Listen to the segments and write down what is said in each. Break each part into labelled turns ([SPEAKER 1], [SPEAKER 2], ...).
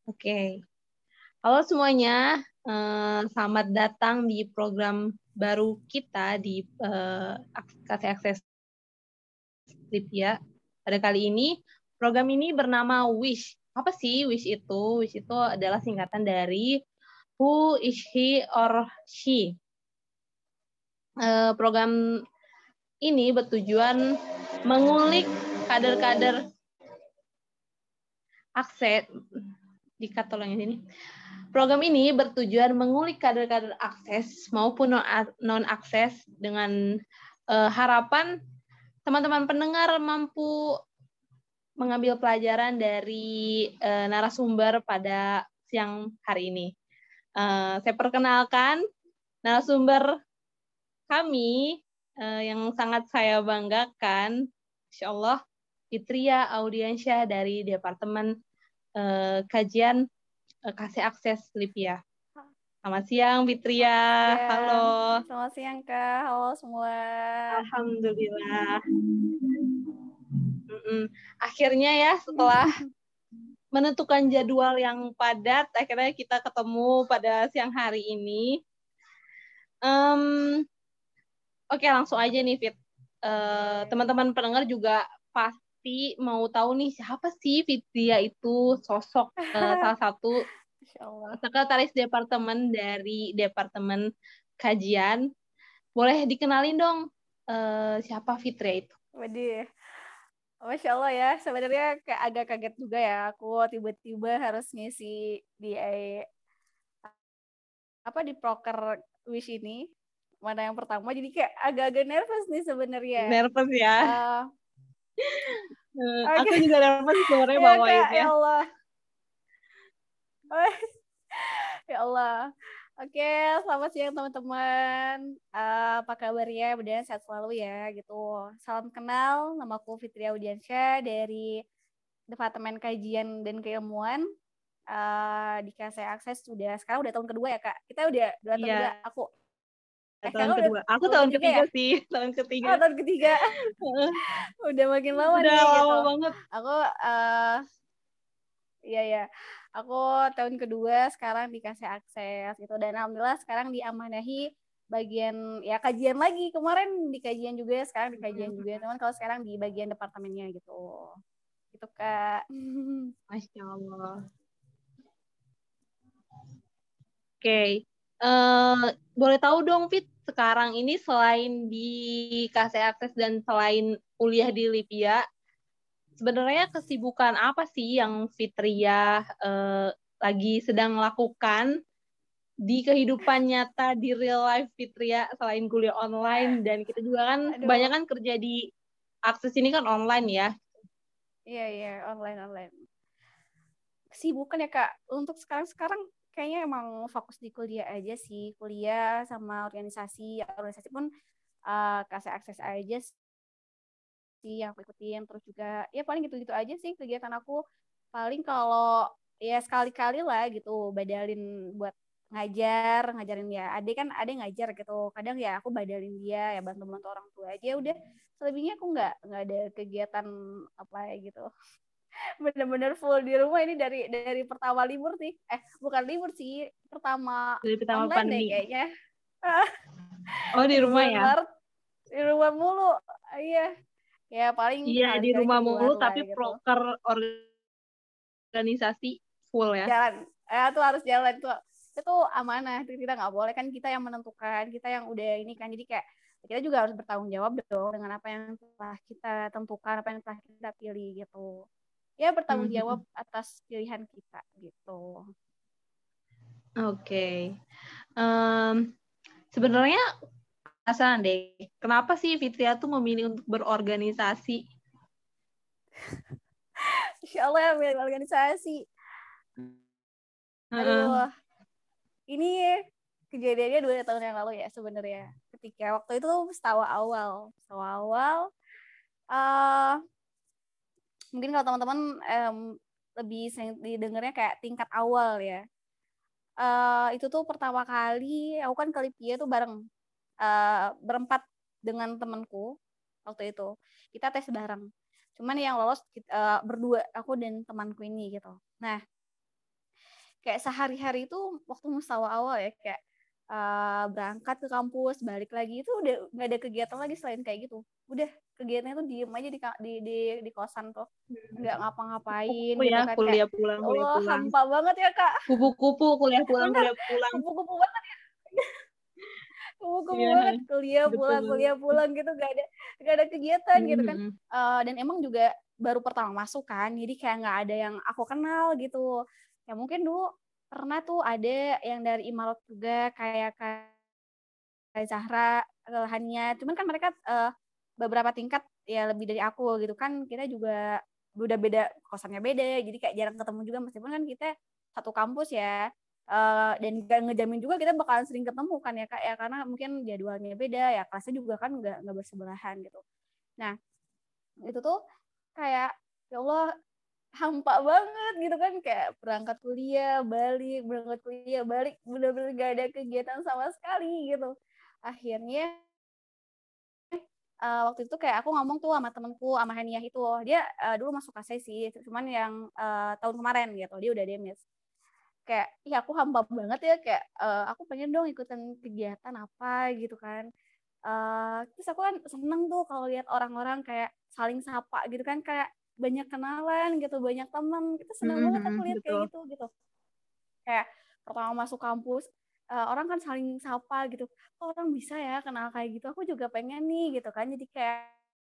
[SPEAKER 1] Oke. Halo semuanya, selamat datang di program baru kita di Kasih Akses Lipia. Pada kali ini, program ini bernama WISH. Apa sih WISH itu? WISH itu adalah singkatan dari Who is he or she. Program ini bertujuan mengulik kader-kader akses dikat tolong yang sini. Program ini bertujuan mengulik kader-kader akses maupun non-akses dengan harapan teman-teman pendengar mampu mengambil pelajaran dari narasumber pada siang hari ini. Saya perkenalkan narasumber kami yang sangat saya banggakan, Insya Allah, Fitria Audiensyah dari Departemen Kajian Kasih Akses Lipia. Selamat siang, Fitria. Halo.
[SPEAKER 2] Selamat siang, Kak. Halo semua.
[SPEAKER 1] Alhamdulillah. Akhirnya ya, setelah menentukan jadwal yang padat, akhirnya kita ketemu pada siang hari ini. Oke, langsung aja nih, Fit. Teman-teman pendengar juga pasti mau tahu nih, siapa sih Fitria itu, sosok salah satu sekretaris departemen dari Departemen Kajian. Boleh dikenalin dong siapa Fitria itu?
[SPEAKER 2] Waduh, Masya Allah ya. Sebenarnya kayak agak kaget juga ya. Aku tiba-tiba harus ngisi di di proker Wish ini. Mana yang pertama. Jadi kayak agak-agak nervous nih sebenarnya.
[SPEAKER 1] Nervous ya. Aku
[SPEAKER 2] Okay.
[SPEAKER 1] juga nervous sebenarnya
[SPEAKER 2] Ya,
[SPEAKER 1] bawain
[SPEAKER 2] Kak,
[SPEAKER 1] ya.
[SPEAKER 2] ya Allah. Ya Allah. Oke, selamat siang teman-teman. Apa kabarnya? Mudah-mudahan sehat selalu ya gitu. Salam kenal, namaku Fitria Audiensyah dari Departemen Kajian dan Keilmuan di KSI Akses. Sekarang udah tahun kedua ya, Kak. Kita udah 2 tahun juga. Aku
[SPEAKER 1] tahun kedua. Aku
[SPEAKER 2] tahun
[SPEAKER 1] tahun
[SPEAKER 2] ketiga
[SPEAKER 1] ketiga
[SPEAKER 2] ya?
[SPEAKER 1] sih, tahun ketiga.
[SPEAKER 2] Oh, tahun ketiga. Udah makin lama
[SPEAKER 1] udah
[SPEAKER 2] nih
[SPEAKER 1] lama
[SPEAKER 2] gitu.
[SPEAKER 1] banget.
[SPEAKER 2] Aku iya. Aku tahun kedua sekarang dikasih akses gitu, dan alhamdulillah sekarang diamanahi bagian ya kajian lagi. Kemarin di kajian juga, sekarang di kajian juga. Teman kalau sekarang di bagian departemennya gitu. Gitu, Kak.
[SPEAKER 1] Masya Allah. Oke. Boleh tahu dong, Fit, sekarang ini selain di KSI Akses dan selain kuliah di Lipia, sebenarnya kesibukan apa sih yang Fitria lagi sedang lakukan di kehidupan nyata di real life Fitria selain kuliah online, dan kita juga kan kebanyakan kerja di Akses ini kan online ya.
[SPEAKER 2] Iya, online. Kesibukan ya, Kak. Untuk sekarang kayaknya emang fokus di kuliah aja sih. Kuliah sama organisasi pun kasih akses aja sih yang aku ikutin. Terus juga ya paling gitu-gitu aja sih kegiatan aku. Paling kalau ya sekali-kali lah gitu badalin buat ngajarin ya ade ngajar gitu, kadang ya aku badalin dia ya, bantu orang tua aja udah. Selebihnya aku nggak ada kegiatan apa ya gitu. Bener-bener full di rumah ini dari pertama libur sih, bukan libur sih, pertama
[SPEAKER 1] Dari pertama
[SPEAKER 2] online deh
[SPEAKER 1] pandemi.
[SPEAKER 2] kayaknya.
[SPEAKER 1] Oh, di
[SPEAKER 2] Dari
[SPEAKER 1] rumah
[SPEAKER 2] bulan
[SPEAKER 1] ya?
[SPEAKER 2] Maret di rumah mulu. Iya ya, paling
[SPEAKER 1] Iya, di
[SPEAKER 2] kali-kali
[SPEAKER 1] rumah
[SPEAKER 2] keluar
[SPEAKER 1] mulu
[SPEAKER 2] lah
[SPEAKER 1] tapi
[SPEAKER 2] gitu,
[SPEAKER 1] proker organisasi full ya.
[SPEAKER 2] jalan tuh harus jalan tuh, itu amanah itu, kita nggak boleh kan, kita yang menentukan, kita yang udah ini kan, jadi kayak kita juga harus bertanggung jawab dong dengan apa yang telah kita tentukan, apa yang telah kita pilih gitu ya, bertanggung jawab atas pilihan kita gitu.
[SPEAKER 1] Oke. Sebenarnya penasaran deh, kenapa sih Fitria tuh memilih untuk berorganisasi?
[SPEAKER 2] Insya Allah ya, milih organisasi. Aduh, ini kejadiannya 2 tahun yang lalu ya sebenarnya. Ketika waktu itu setawa awal, mungkin kalau teman-teman lebih sering didengarnya kayak tingkat awal ya. Itu tuh pertama kali aku kan ke Lipia tuh bareng berempat dengan temanku waktu itu. Kita tes bareng. Cuman yang lolos berdua, aku dan temanku ini gitu. Nah, kayak sehari-hari itu waktu mustawa awal ya, kayak berangkat ke kampus, balik lagi itu udah nggak ada kegiatan lagi selain kayak gitu. Udah kegiatannya tuh diem aja di kosan tuh, nggak ngapa-ngapain
[SPEAKER 1] Kupu-kupu
[SPEAKER 2] gitu
[SPEAKER 1] ya,
[SPEAKER 2] kan, kayak
[SPEAKER 1] kuliah pulang,
[SPEAKER 2] ya
[SPEAKER 1] kuliah
[SPEAKER 2] Allah
[SPEAKER 1] pulang.
[SPEAKER 2] hampa banget ya Kak.
[SPEAKER 1] Kupu-kupu, kuliah pulang,
[SPEAKER 2] Bener,
[SPEAKER 1] kuliah pulang.
[SPEAKER 2] kupu-kupu banget, kupu-kupu
[SPEAKER 1] Iya,
[SPEAKER 2] banget,
[SPEAKER 1] betul
[SPEAKER 2] kuliah
[SPEAKER 1] banget.
[SPEAKER 2] pulang gitu, nggak ada kegiatan gitu kan.
[SPEAKER 1] Mhm.
[SPEAKER 2] Dan emang juga baru pertama masuk kan, jadi kayak nggak ada yang aku kenal gitu. Ya mungkin dulu pernah tuh ada yang dari Imarat juga, kayak Zahra, Hania, cuman kan mereka beberapa tingkat ya lebih dari aku gitu kan, kita juga udah beda, kosannya beda, jadi kayak jarang ketemu juga meskipun kan kita satu kampus ya, dan gak ngejamin juga kita bakalan sering ketemu kan ya Kak ya, karena mungkin jadwalnya beda ya, kelasnya juga kan nggak bersebelahan gitu. Nah itu tuh kayak ya Allah hampa banget gitu kan, kayak berangkat kuliah balik, bener-bener gak ada kegiatan sama sekali gitu. Akhirnya waktu itu kayak aku ngomong tuh sama temenku, sama Haniah itu, dia dulu masuk KC sih, cuman yang tahun kemarin gitu, dia udah demis. Kayak, ya aku hampa banget ya, kayak aku pengen dong ikutan kegiatan apa gitu kan. Terus aku kan seneng tuh kalau lihat orang-orang kayak saling sapa gitu kan, kayak banyak kenalan gitu, banyak teman, itu seneng banget aku lihat kayak
[SPEAKER 1] Betul.
[SPEAKER 2] gitu. Kayak pertama masuk kampus, orang kan saling sapa gitu, "Oh, orang bisa ya kenal kayak gitu, aku juga pengen nih," gitu kan. Jadi kayak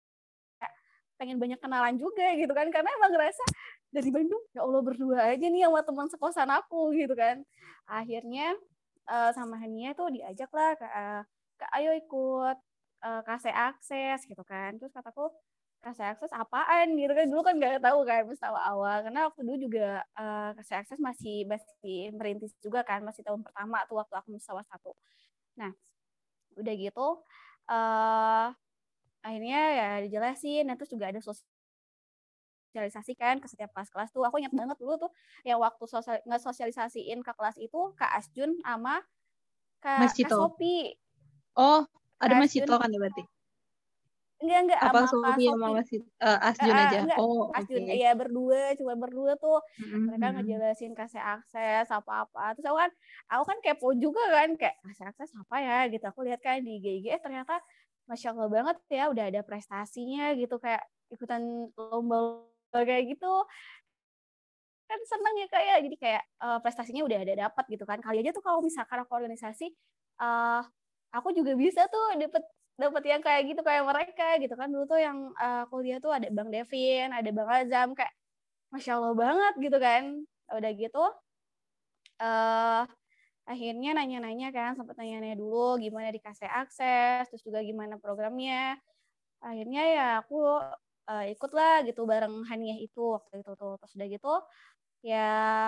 [SPEAKER 2] pengen banyak kenalan juga gitu kan, karena emang ngerasa dari Bandung, ya Allah berdua aja nih sama teman sekosan aku gitu kan. Akhirnya sama Hania tuh diajak lah ayo ikut KC Akses gitu kan. Terus kataku, KC Akses apaan gitu kan, dulu kan nggak tahu kan pas awal, karena waktu dulu juga KC Akses masih merintis juga kan, masih tahun pertama tuh waktu aku Mustawa 1. Nah udah gitu uh, akhirnya ya dijelasin, nah terus juga ada sosialisasikan ke setiap kelas-kelas tuh. Aku ingat banget dulu tuh yang waktu nge-sosialisasiin ke kelas itu Kak Asjun sama
[SPEAKER 1] Mas
[SPEAKER 2] Kak
[SPEAKER 1] Cito.
[SPEAKER 2] Sopi.
[SPEAKER 1] Oh, ada
[SPEAKER 2] Kak
[SPEAKER 1] Mas Cito
[SPEAKER 2] Asjun
[SPEAKER 1] kan ya berarti?
[SPEAKER 2] enggak
[SPEAKER 1] Apa
[SPEAKER 2] sama Kak
[SPEAKER 1] Sophie sama
[SPEAKER 2] Sopi.
[SPEAKER 1] Mas Asjun aja?
[SPEAKER 2] Enggak,
[SPEAKER 1] Oh, oke.
[SPEAKER 2] Asjun ya cuma berdua tuh mereka
[SPEAKER 1] Mhm.
[SPEAKER 2] ngejelasin kasih akses apa-apa. Terus aku kan kepo juga kan, kayak kasih akses apa ya gitu. Aku lihat kan di IG ternyata Masya Allah banget ya, udah ada prestasinya gitu, kayak ikutan lomba kayak gitu kan seneng ya Kak ya, jadi kayak prestasinya udah ada dapat gitu kan. Kali aja tuh kalau misalkan aku organisasi, aku juga bisa tuh dapat yang kayak gitu kayak mereka gitu kan. Dulu tuh yang kuliah tuh ada Bang Devin, ada Bang Azam, kayak Masya Allah banget gitu kan. Udah gitu uh, akhirnya nanya-nanya kan, sempat nanya-nanya dulu gimana dikasih akses, terus juga gimana programnya. Akhirnya ya aku ikutlah gitu bareng Haniah itu waktu itu tuh. Terus udah gitu ya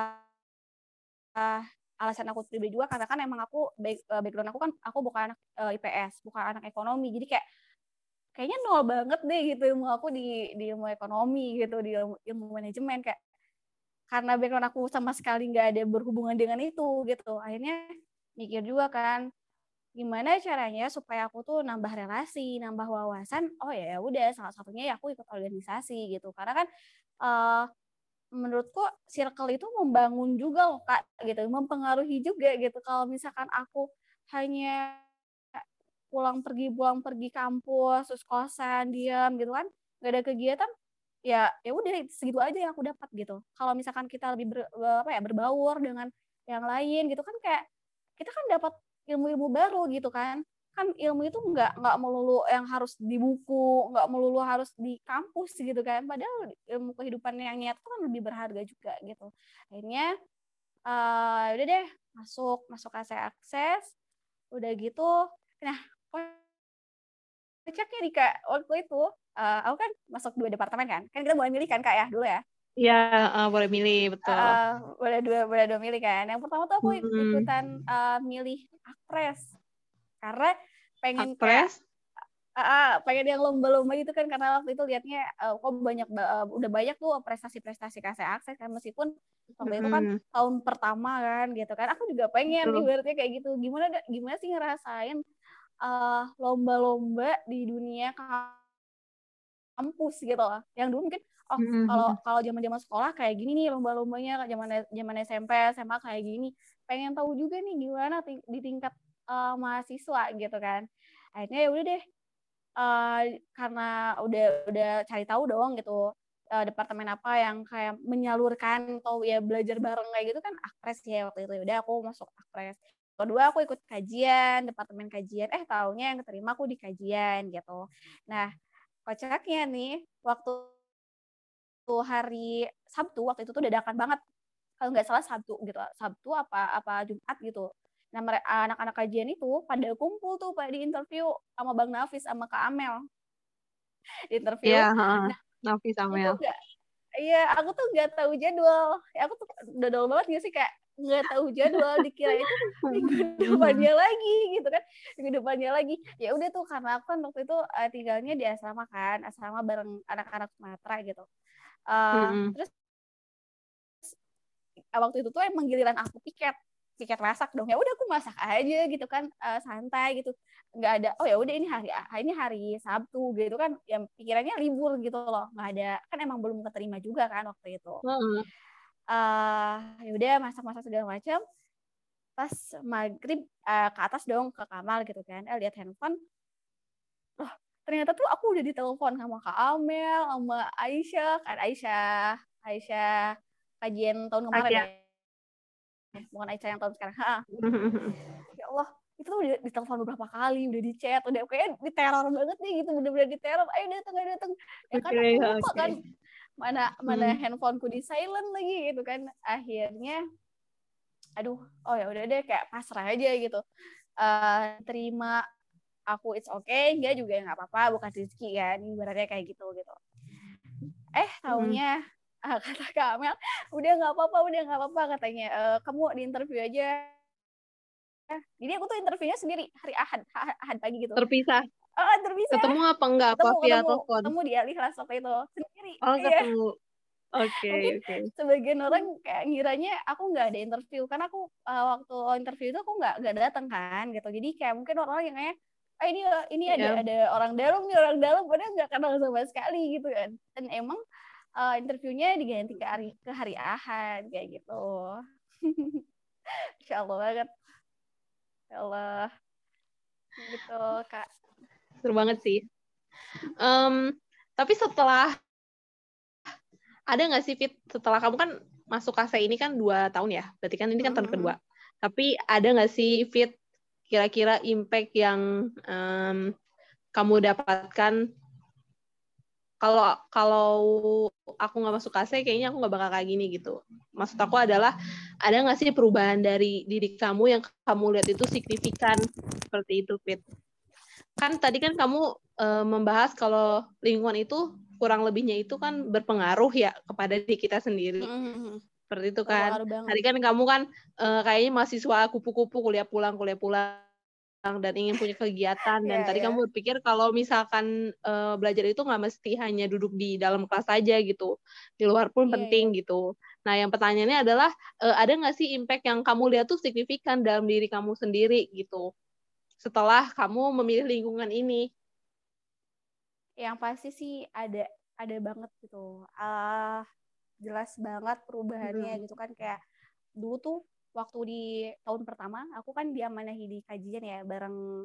[SPEAKER 2] alasan aku pribadi juga karena kan emang aku background aku kan aku bukan anak IPS, bukan anak ekonomi. Jadi kayaknya nol banget deh gitu ilmu aku di ilmu ekonomi gitu, di ilmu manajemen, kayak karena background aku sama sekali nggak ada berhubungan dengan itu gitu. Akhirnya mikir juga kan gimana caranya supaya aku tuh nambah relasi, nambah wawasan. Oh ya udah, salah satunya ya aku ikut organisasi gitu. Karena kan uh, menurutku circle itu membangun juga loh Kak gitu, mempengaruhi juga gitu. Kalau misalkan aku hanya pulang pergi kampus, terus kosan, diam gitu kan, nggak ada kegiatan, ya udah segitu aja yang aku dapat gitu. Kalau misalkan kita lebih berbaur dengan yang lain gitu kan, kayak kita kan dapat ilmu-ilmu baru gitu kan. Kan ilmu itu nggak melulu yang harus di buku, nggak melulu harus di kampus gitu kan. Padahal ilmu kehidupan yang nyata kan lebih berharga juga gitu. Akhirnya udah deh masuk akses, udah gitu. Nah, kocaknya nih Kak, waktu itu aku kan masuk 2 departemen kan. Kan kita boleh milih kan Kak ya dulu ya.
[SPEAKER 1] Iya, boleh milih, betul.
[SPEAKER 2] Boleh dua milih kan. Yang pertama tuh aku ikutan milih Akpres karena pengen kayak
[SPEAKER 1] Akpres?
[SPEAKER 2] pengen yang lomba-lomba itu kan, karena waktu itu liatnya kok udah banyak tuh prestasi-prestasi KC Akses kan, meskipun waktu itu kan tahun pertama kan gitu kan. Aku juga pengen
[SPEAKER 1] Betul.
[SPEAKER 2] ibaratnya kayak gitu. Gimana sih ngerasain lomba-lomba di dunia kampus gitu loh. Yang dulu mungkin oh kalau zaman-zaman sekolah kayak gini nih lomba-lombanya, zaman SMP SMA kayak gini, pengen tahu juga nih gimana di tingkat mahasiswa gitu kan. Akhirnya ya udah deh, karena udah cari tahu dong gitu, departemen apa yang kayak menyalurkan atau ya belajar bareng kayak gitu kan Akpres ya waktu itu. Udah aku masuk Akpres. Kedua aku ikut kajian, departemen kajian. Taunya yang keterima aku di kajian gitu. Nah, kocaknya nih waktu hari Sabtu waktu itu tuh dadakan banget. Kalau nggak salah Sabtu gitu. Sabtu apa Jumat gitu. Nah, anak-anak kajian itu pada kumpul tuh pada di interview sama Bang Nafis sama Kak Amel. Di interview.
[SPEAKER 1] Iya,
[SPEAKER 2] Nah,
[SPEAKER 1] Nafis
[SPEAKER 2] aku
[SPEAKER 1] Amel.
[SPEAKER 2] tuh nggak tahu jadwal. Ya, aku tuh dodol banget gak sih kayak nggak tahu jadwal, dikira itu minggu depannya lagi gitu kan, minggu depannya lagi. Ya udah tuh karena aku kan waktu itu tinggalnya di asrama kan, asrama bareng anak-anak Sumatera gitu. Terus waktu itu tuh emang giliran aku piket masak dong. Ya udah aku masak aja gitu kan, santai gitu, nggak ada oh ya udah ini hari Sabtu gitu kan, yang pikirannya libur gitu loh, nggak ada kan, emang belum keterima juga kan waktu itu. Ya udah masak segala macam, pas maghrib ke atas dong ke kamar gitu kan, lihat handphone, loh ternyata tuh aku udah ditelepon sama Kak Amel sama Aisyah kan, Aisyah kajian tahun kemarin ya, bukan Aisyah yang tahun sekarang. Ya Allah, itu tuh udah ditelepon beberapa kali, udah di chat, udah kayak diteror banget nih gitu, bener-bener diteror, ayo datang ya kan, aku lupa kan mana handphoneku di silent lagi gitu kan. Akhirnya aduh, oh ya udah deh kayak pasrah aja gitu, terima aku it's okay, dia juga nggak apa-apa, bukan rezeki kan ibaratnya kayak gitu. Taunya kata Kak Amel, udah nggak apa-apa katanya, kamu di interview aja. Jadi aku tuh interviewnya sendiri hari Ahad pagi gitu.
[SPEAKER 1] Terpisah.
[SPEAKER 2] Terpisah.
[SPEAKER 1] Ketemu apa enggak? Apa via telepon?
[SPEAKER 2] Ketemu di Alihlas waktu itu sendiri.
[SPEAKER 1] Oh,
[SPEAKER 2] Iya.
[SPEAKER 1] ketemu. Oke.
[SPEAKER 2] Mungkin sebagian orang kayak ngiranya aku nggak ada interview, karena aku waktu interview itu aku nggak datang kan gitu. Jadi kayak mungkin orang yang kayak ini ada orang dalam nih, padahal nggak kenal sama sekali gitu kan. Dan emang interviewnya diganti ke hari Ahad kayak gitu. Insya Allah banget. Ya Allah. Gitu Kak.
[SPEAKER 1] Seru banget sih. Tapi setelah ada nggak sih Fit, setelah kamu kan masuk KC ini kan 2 tahun ya, berarti kan ini kan tahun kedua. Tapi ada nggak sih Fit kira-kira impact yang kamu dapatkan? Kalau aku nggak masuk KC, kayaknya aku nggak bakal kayak gini gitu. Maksud aku adalah, ada nggak sih perubahan dari diri kamu yang kamu lihat itu signifikan seperti itu, Fit? Kan tadi kan kamu membahas kalau lingkungan itu kurang lebihnya itu kan berpengaruh ya kepada diri kita sendiri. Seperti itu kan. Tadi kan kamu kan kayaknya mahasiswa kupu-kupu, kuliah pulang dan ingin punya kegiatan, dan tadi kamu berpikir kalau misalkan belajar itu nggak mesti hanya duduk di dalam kelas aja gitu, di luar pun penting gitu. Nah, yang pertanyaannya adalah ada nggak sih impact yang kamu lihat tuh signifikan dalam diri kamu sendiri gitu setelah kamu memilih lingkungan ini?
[SPEAKER 2] Yang pasti sih ada banget gitu, jelas banget perubahannya gitu kan. Kayak dulu tuh waktu di tahun pertama aku kan diamanahi di kajian ya bareng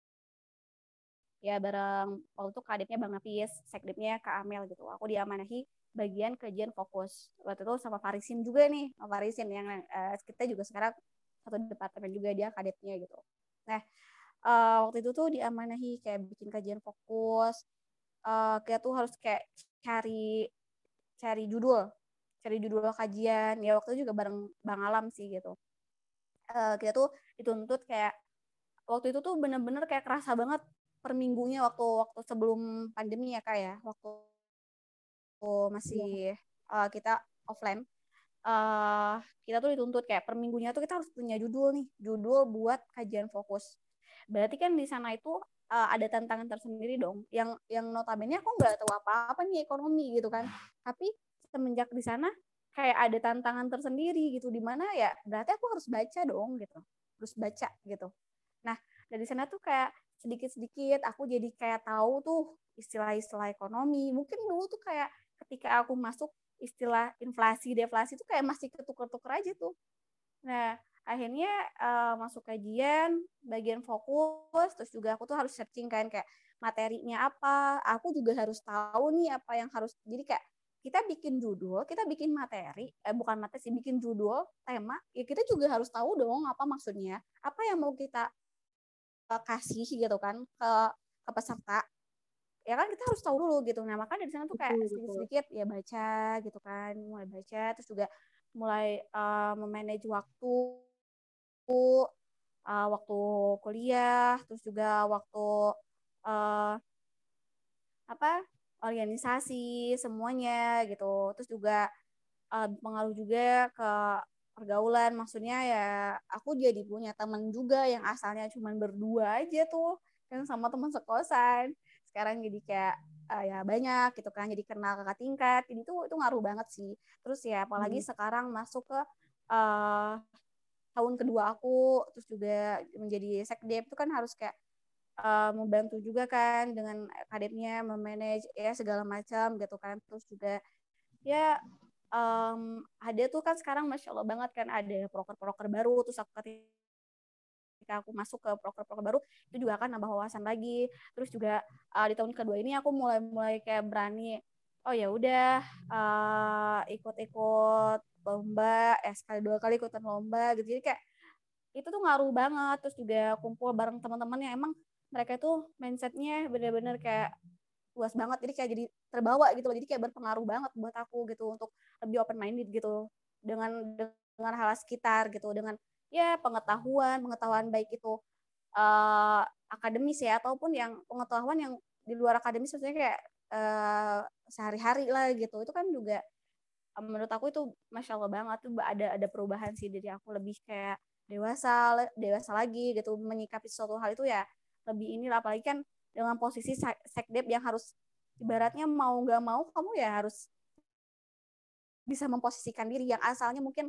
[SPEAKER 2] waktu itu kadepnya Bang Nafis, sekdepnya Kak Amel gitu. Aku diamanahi bagian kajian fokus waktu itu sama Farisin juga nih, sama Farisin yang kita juga sekarang satu departemen juga, dia kadepnya gitu. Nah, waktu itu tuh diamanahi kayak bikin kajian fokus, kita tuh harus kayak cari judul kajian ya, waktu itu juga bareng Bang Alam sih gitu. Kita tuh dituntut kayak waktu itu tuh bener-bener kayak kerasa banget per minggunya waktu sebelum pandemi ya Kak ya, waktu masih kita offline, kita tuh dituntut kayak per minggunya tuh kita harus punya judul buat kajian fokus. Berarti kan di sana itu ada tantangan tersendiri dong, yang notabene aku nggak tahu apa-apa nih ekonomi gitu kan, tapi semenjak di sana kayak ada tantangan tersendiri gitu, di mana ya berarti aku harus baca dong gitu, harus baca gitu. Nah, dari sana tuh kayak sedikit-sedikit aku jadi kayak tahu tuh istilah-istilah ekonomi. Mungkin dulu tuh kayak ketika aku masuk istilah inflasi deflasi itu kayak masih ketuker-tuker aja tuh. Nah, akhirnya masuk kajian, bagian fokus, terus juga aku tuh harus searching kan kayak materinya apa. Aku juga harus tahu nih apa yang harus. Jadi kayak kita bikin judul, kita bikin materi, bukan materi sih, bikin judul, tema, ya kita juga harus tahu dong apa maksudnya, apa yang mau kita kasih gitu kan ke peserta. Ya kan kita harus tahu dulu gitu. Nah, maka dari sana tuh kayak
[SPEAKER 1] Betul.
[SPEAKER 2] sedikit-sedikit ya baca gitu kan, mulai baca, terus juga mulai memanage waktu kuliah, terus juga waktu uh, apa organisasi semuanya gitu. Terus juga pengaruh juga ke pergaulan. Maksudnya ya aku jadi punya teman juga yang asalnya cuma berdua aja tuh yang sama teman sekosan. Sekarang jadi kayak ya banyak gitu kan, jadi kenal kakak tingkat. Jadi itu ngaruh banget sih. Terus ya apalagi sekarang masuk ke uh, tahun kedua aku, terus juga menjadi sekdep itu kan harus kayak membantu juga kan dengan akademnya memanage ya segala macam gitu kan. Terus juga ya ada tuh kan sekarang masya Allah banget kan ada proker-proker baru. Terus aku ketika aku masuk ke proker-proker baru itu juga akan nambah wawasan lagi. Terus juga di tahun kedua ini aku mulai kayak berani, oh ya udah ikut-ikut lomba, sekali dua kali ikutan lomba gitu. Jadi kayak itu tuh ngaruh banget. Terus juga kumpul bareng teman-teman yang emang mereka tuh mindsetnya bener-bener kayak luas banget, jadi kayak jadi terbawa gitu loh, jadi kayak berpengaruh banget buat aku gitu untuk lebih open minded gitu dengan hal sekitar gitu, dengan ya pengetahuan baik itu akademis ya ataupun yang pengetahuan yang di luar akademis, maksudnya kayak sehari-hari lah gitu. Itu kan juga menurut aku itu masya Allah banget tuh, ada perubahan sih, dari aku lebih kayak dewasa lagi gitu menyikapi suatu hal itu ya lebih inilah. Apalagi kan dengan posisi sekdep yang harus ibaratnya mau nggak mau kamu ya harus bisa memposisikan diri yang asalnya mungkin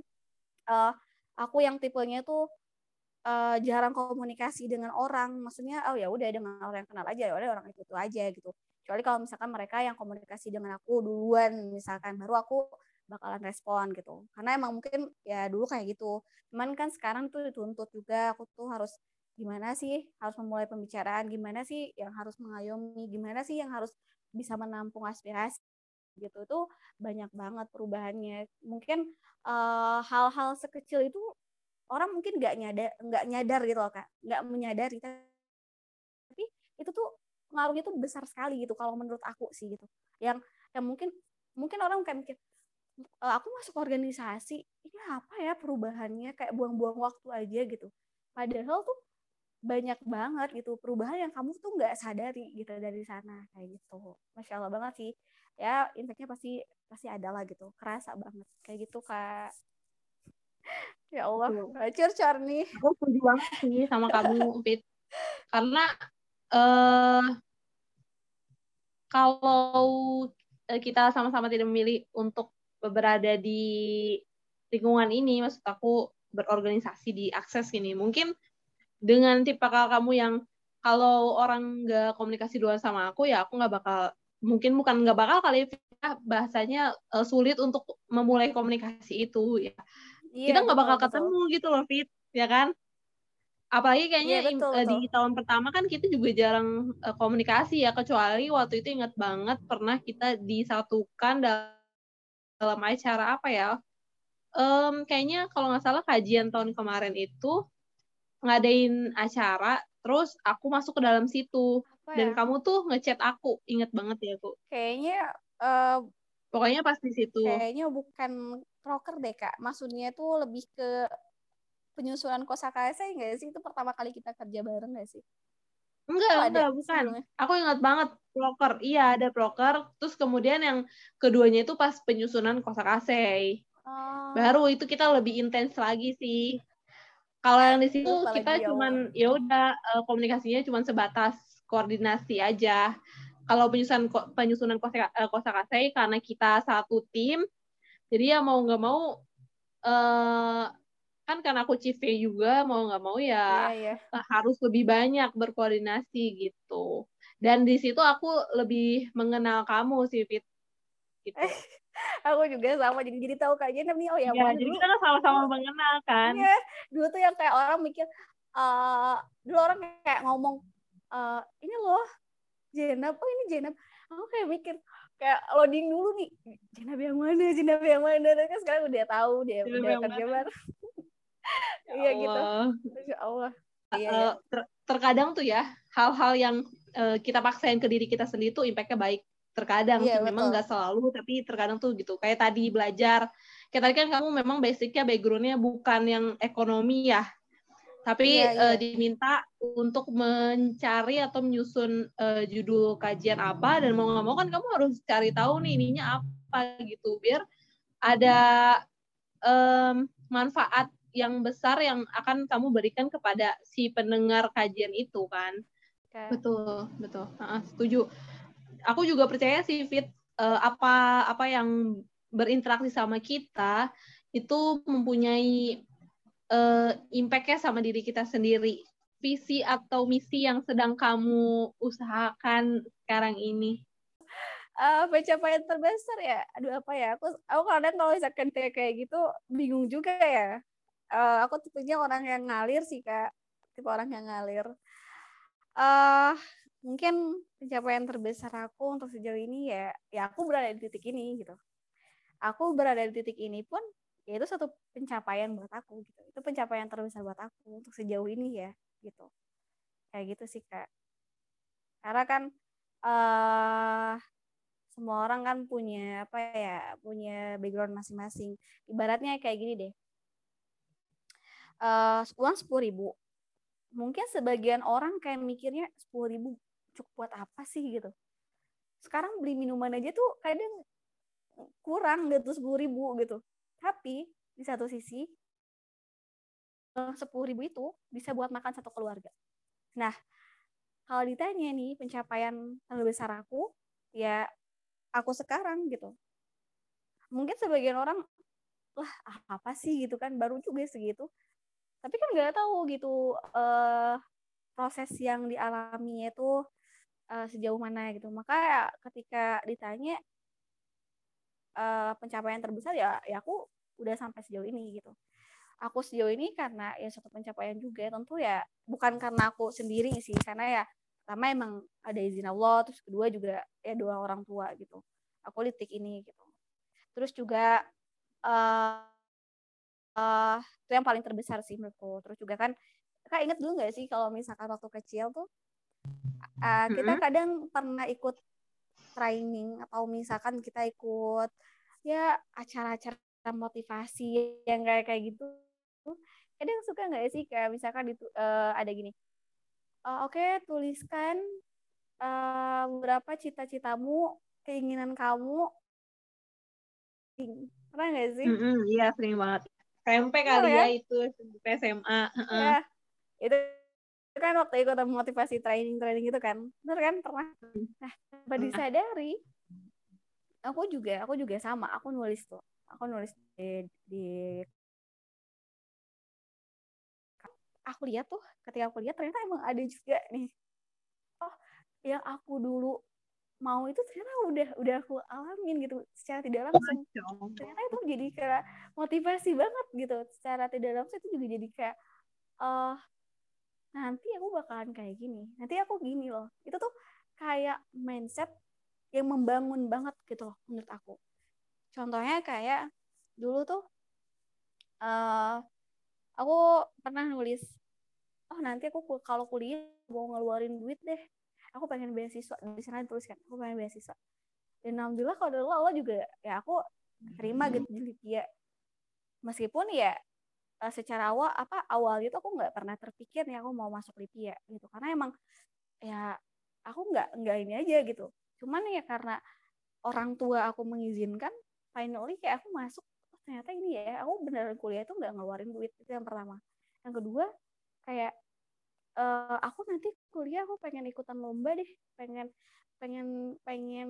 [SPEAKER 2] aku yang tipenya tuh jarang komunikasi dengan orang, maksudnya oh ya udah dengan orang yang kenal aja, ya udah orang itu aja gitu. Kecuali kalau misalkan mereka yang komunikasi dengan aku duluan misalkan, baru aku bakalan respon gitu. Karena emang mungkin ya dulu kayak gitu. Cuman kan sekarang tuh dituntut juga aku tuh harus gimana sih, harus memulai pembicaraan, gimana sih yang harus mengayomi, gimana sih yang harus bisa menampung aspirasi gitu. Itu banyak banget perubahannya. Mungkin hal-hal sekecil itu orang mungkin nggak nyadar gitu loh kak, nggak menyadari, tapi itu tuh pengaruhnya tuh besar sekali gitu kalau menurut aku sih gitu. Yang mungkin mungkin orang kayak mikir aku masuk organisasi ini apa ya perubahannya, kayak buang-buang waktu aja gitu, padahal tuh banyak banget gitu perubahan yang kamu tuh nggak sadari gitu dari sana kayak gitu. Masya Allah banget sih ya, impactnya pasti pasti ada lah gitu, kerasa banget kayak gitu kak. Ya Allah,
[SPEAKER 1] Betul.
[SPEAKER 2] curcor nih.
[SPEAKER 1] Aku setuju banget sih sama kamu, Fit. Karena eh kalau kita sama-sama tidak memilih untuk berada di lingkungan ini, maksud aku berorganisasi di akses ini, mungkin dengan tipe kamu yang kalau orang nggak komunikasi duluan sama aku, ya aku nggak bakal, mungkin bukan nggak bakal kali ya, bahasanya sulit untuk memulai komunikasi itu ya.
[SPEAKER 2] Iya,
[SPEAKER 1] Kita nggak
[SPEAKER 2] betul
[SPEAKER 1] bakal
[SPEAKER 2] betul.
[SPEAKER 1] ketemu gitu loh, Fit, ya kan? Apalagi kayaknya
[SPEAKER 2] Iya, betul
[SPEAKER 1] di
[SPEAKER 2] betul.
[SPEAKER 1] tahun pertama kan kita juga jarang komunikasi ya, kecuali waktu itu ingat banget pernah kita disatukan dalam acara apa ya? Kayaknya kalau nggak salah kajian tahun kemarin itu ngadain acara, terus aku masuk ke dalam situ
[SPEAKER 2] Apa
[SPEAKER 1] dan
[SPEAKER 2] ya?
[SPEAKER 1] kamu tuh ngechat aku, inget banget ya aku.
[SPEAKER 2] Kayaknya eh,
[SPEAKER 1] Pokoknya pas di situ.
[SPEAKER 2] kayaknya bukan proker deh kak. Maksudnya tuh lebih ke penyusunan kosakata nggak sih? Itu pertama kali kita kerja bareng nggak sih? Oh ada
[SPEAKER 1] Enggak, bukan.
[SPEAKER 2] sebelumnya.
[SPEAKER 1] Aku ingat banget proker. Iya, ada proker. Terus kemudian yang keduanya itu pas penyusunan kosakasei. Baru
[SPEAKER 2] Oh,
[SPEAKER 1] itu kita lebih intens lagi sih. Kalau yang di situ
[SPEAKER 2] lupa
[SPEAKER 1] kita
[SPEAKER 2] lagi ya
[SPEAKER 1] cuman
[SPEAKER 2] Allah.
[SPEAKER 1] ya udah komunikasinya cuman sebatas koordinasi aja. Kalau penyusunan kosakasei karena kita satu tim, jadi ya mau nggak mau eh, kan karena aku chief juga mau nggak mau ya
[SPEAKER 2] Iya iya.
[SPEAKER 1] harus lebih banyak berkoordinasi gitu. Dan di situ aku lebih mengenal kamu sih, Fit. gitu.
[SPEAKER 2] Aku juga sama, jadi tahu Kak Jenab nih, oh ya
[SPEAKER 1] Iya,
[SPEAKER 2] mana
[SPEAKER 1] jadi
[SPEAKER 2] dulu.
[SPEAKER 1] kita kan sama-sama mengenal kan.
[SPEAKER 2] Iya, dulu tuh yang kayak orang mikir, dulu orang kayak ngomong, ini loh Jenab, oh ini Jenab. Aku kayak mikir, kayak loading dulu nih, Jenab yang mana, Jenab yang mana. Terus sekarang udah tahu,
[SPEAKER 1] Film
[SPEAKER 2] udah
[SPEAKER 1] yang
[SPEAKER 2] kerja
[SPEAKER 1] mana?
[SPEAKER 2] bareng.
[SPEAKER 1] Ya
[SPEAKER 2] Iya gitu.
[SPEAKER 1] Allah.
[SPEAKER 2] Masya Allah. Iya ya.
[SPEAKER 1] Terkadang tuh ya, hal-hal yang kita paksain ke diri kita sendiri tuh impact-nya baik. Terkadang
[SPEAKER 2] Iya
[SPEAKER 1] sih, memang
[SPEAKER 2] betul.
[SPEAKER 1] nggak selalu, tapi terkadang tuh gitu. Kayak tadi belajar, kayak tadi kan kamu memang basicnya background-nya bukan yang ekonomi ya, tapi
[SPEAKER 2] Iya iya.
[SPEAKER 1] diminta untuk mencari atau menyusun judul kajian apa, dan mau nggak mau kan kamu harus cari tahu nih ininya apa gitu, biar ada manfaat yang besar yang akan kamu berikan kepada si pendengar kajian itu kan.
[SPEAKER 2] Okay.
[SPEAKER 1] Betul, betul. Setuju. Aku juga percaya sih, Fit, apa yang berinteraksi sama kita itu mempunyai impact-nya sama diri kita sendiri. Visi atau misi yang sedang kamu usahakan sekarang ini.
[SPEAKER 2] Pencapaian terbesar ya, aduh apa ya, aku kadang kalau misalkan kayak gitu bingung juga ya. Aku tipenya orang yang ngalir sih Kak, tipe orang yang ngalir. Mungkin pencapaian terbesar aku untuk sejauh ini ya aku berada di titik ini gitu. Aku berada di titik ini pun ya itu satu pencapaian buat aku gitu. Itu pencapaian terbesar buat aku untuk sejauh ini ya gitu. Kayak gitu sih Kak. Karena kan semua orang kan punya apa ya, punya background masing-masing. Ibaratnya kayak gini deh, uang 10.000, mungkin sebagian orang kayak mikirnya 10.000 cukup buat apa sih gitu. Sekarang beli minuman aja tuh kadang kurang gitu 10.000 gitu. Tapi di satu sisi 10.000 itu bisa buat makan satu keluarga. Nah, kalau ditanya nih pencapaian terbesar aku, ya aku sekarang gitu. Mungkin sebagian orang lah apa sih gitu kan, baru juga segitu, tapi kan nggak tahu gitu proses yang dialaminya itu sejauh mana gitu. Maka ya, ketika ditanya pencapaian terbesar ya aku udah sampai sejauh ini gitu. Aku sejauh ini karena ya suatu pencapaian juga tentu ya, bukan karena aku sendiri sih, karena ya pertama emang ada izin Allah, terus kedua juga ya doa orang tua gitu. Aku di titik ini gitu. Terus juga uh, itu yang paling terbesar sih menurutku. Terus juga kan Kak inget dulu nggak sih kalau misalkan waktu kecil tuh kita kadang pernah ikut training atau misalkan kita ikut ya acara-acara motivasi yang kayak gitu. Kadang suka nggak sih kayak misalkan ada gini, oke, tuliskan beberapa cita-citamu, keinginan kamu. Pernah nggak sih?
[SPEAKER 1] Iya, sering banget. SMP
[SPEAKER 2] Benar
[SPEAKER 1] kali ya
[SPEAKER 2] kan?
[SPEAKER 1] itu, SMA.
[SPEAKER 2] Ya, itu kan waktu ikut motivasi training itu kan. Benar kan? Pernah. Nah, tanpa disadari, aku juga sama. Aku nulis tuh. Aku nulis di aku lihat tuh, ketika aku lihat ternyata emang ada juga nih. Oh, yang aku dulu mau itu ternyata udah aku alamin gitu secara tidak langsung. Ternyata itu jadi kayak motivasi banget gitu. Secara tidak langsung itu juga jadi kayak nanti aku bakalan kayak gini. Nanti aku gini loh. Itu tuh kayak mindset yang membangun banget gitu loh menurut aku. Contohnya kayak dulu tuh aku pernah nulis, oh nanti aku kalau kuliah mau ngeluarin duit deh, aku pengen beasiswa. Di sana dituliskan aku pengen beasiswa, dan alhamdulillah kalau dari Allah juga ya aku terima gitu di Lipia. Meskipun ya secara awal itu aku nggak pernah terpikir ya aku mau masuk Lipia gitu, karena emang ya aku nggak ini aja gitu. Cuman ya karena orang tua aku mengizinkan, finally kayak aku masuk. Oh, ternyata ini ya, aku beneran kuliah itu nggak ngeluarin duit. Itu yang pertama. Yang kedua kayak aku nanti kuliah aku pengen ikutan lomba deh, pengen pengen pengen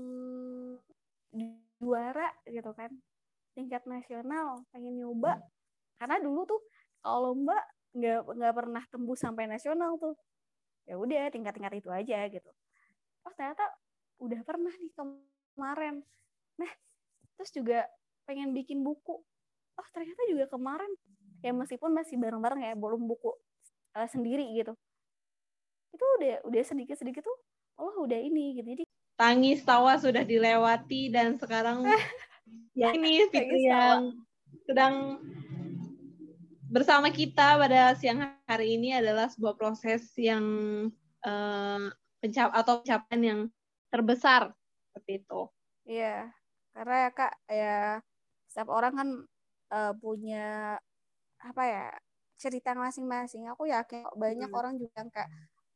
[SPEAKER 2] juara gitu kan, tingkat nasional, pengen nyoba. Karena dulu tuh kalau lomba nggak pernah tembus sampai nasional tuh. Ya udah tingkat-tingkat itu aja gitu. Oh ternyata udah pernah nih kemarin Nah, terus juga pengen bikin buku. Oh, ternyata juga kemarin ya meskipun masih bareng-bareng ya, belum buku sendiri gitu. Itu udah sedikit-sedikit tuh Allah udah ini gitu. Jadi
[SPEAKER 1] Tangis tawa sudah dilewati dan sekarang ya ini Fitri yang sedang bersama kita pada siang hari ini adalah sebuah proses yang pencapaian yang terbesar seperti itu.
[SPEAKER 2] Iya, karena ya Kak, ya setiap orang kan punya apa ya cerita masing-masing. Aku yakin banyak orang juga yang kayak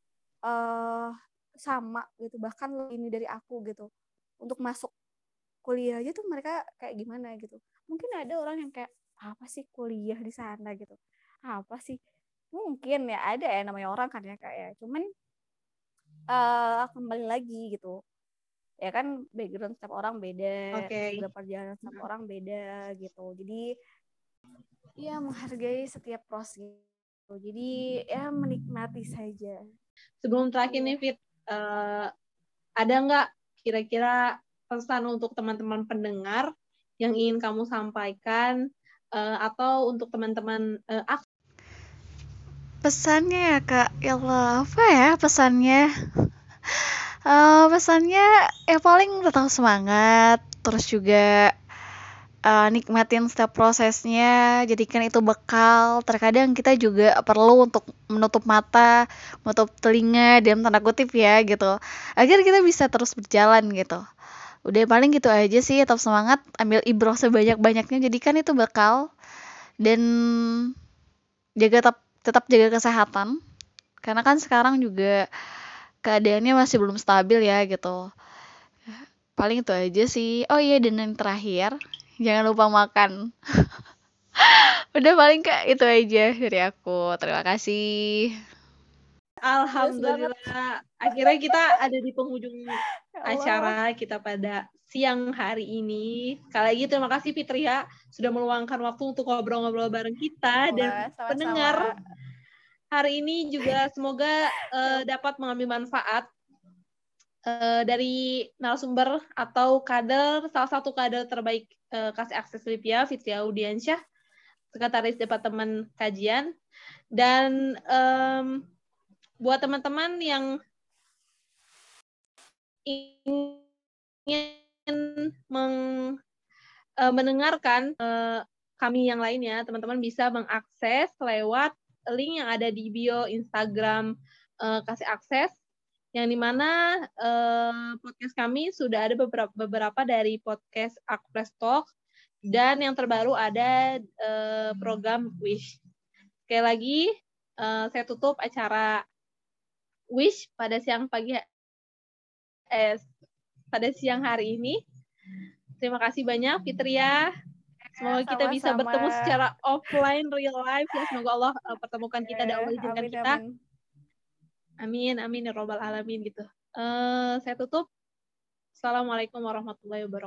[SPEAKER 2] sama gitu, bahkan ini dari aku gitu. Untuk masuk kuliah aja tuh mereka kayak gimana gitu. Mungkin ada orang yang kayak apa sih kuliah di sana gitu. Apa sih? Mungkin ya ada ya namanya orang kan ya kayak. Cuman kembali lagi gitu. Ya kan background setiap orang beda, juga perjalanan setiap orang beda gitu. Jadi ya menghargai setiap proses gitu. Jadi ya menikmati saja.
[SPEAKER 1] Sebelum terakhir nih Fit, ada nggak kira-kira pesan untuk teman-teman pendengar yang ingin kamu sampaikan atau untuk teman-teman
[SPEAKER 3] pesannya ya Kak, ya Allah, apa ya pesannya? Pesannya ya paling tetap semangat, terus juga nikmatin setiap prosesnya, jadikan itu bekal. Terkadang kita juga perlu untuk menutup mata, menutup telinga dalam tanda kutip ya gitu, agar kita bisa terus berjalan gitu. Udah paling gitu aja sih, tetap semangat, ambil ibroh sebanyak-banyaknya, jadikan itu bekal, dan tetap jaga kesehatan. Karena kan sekarang juga keadaannya masih belum stabil ya gitu. Paling itu aja sih. Oh iya, dan yang terakhir, jangan lupa makan. Udah paling Kak itu aja dari aku. Terima kasih.
[SPEAKER 1] Alhamdulillah, akhirnya kita ada di penghujung acara kita pada siang hari ini. Sekali lagi terima kasih Fitria sudah meluangkan waktu untuk ngobrol-ngobrol bareng kita dan pendengar. Hari ini juga semoga dapat mengambil manfaat dari narasumber atau kader, salah satu kader terbaik Kasih Akses Lipia, Fitria Audiansyah, Sekretaris Departemen Kajian. Dan buat teman-teman yang ingin mendengarkan kami yang lainnya, teman-teman bisa mengakses lewat link yang ada di bio Instagram Kasih Akses, yang dimana podcast kami sudah ada beberapa dari podcast Akpres Talk, dan yang terbaru ada program Wish. Sekali lagi, saya tutup acara Wish pada siang hari ini. Terima kasih banyak Fitria. Semoga kita bisa bertemu secara offline, real life ya. Semoga Allah pertemukan kita dan Allah izinkan kita. Amin, amin ya robbal alamin gitu. Saya tutup. Assalamualaikum warahmatullahi wabarakatuh.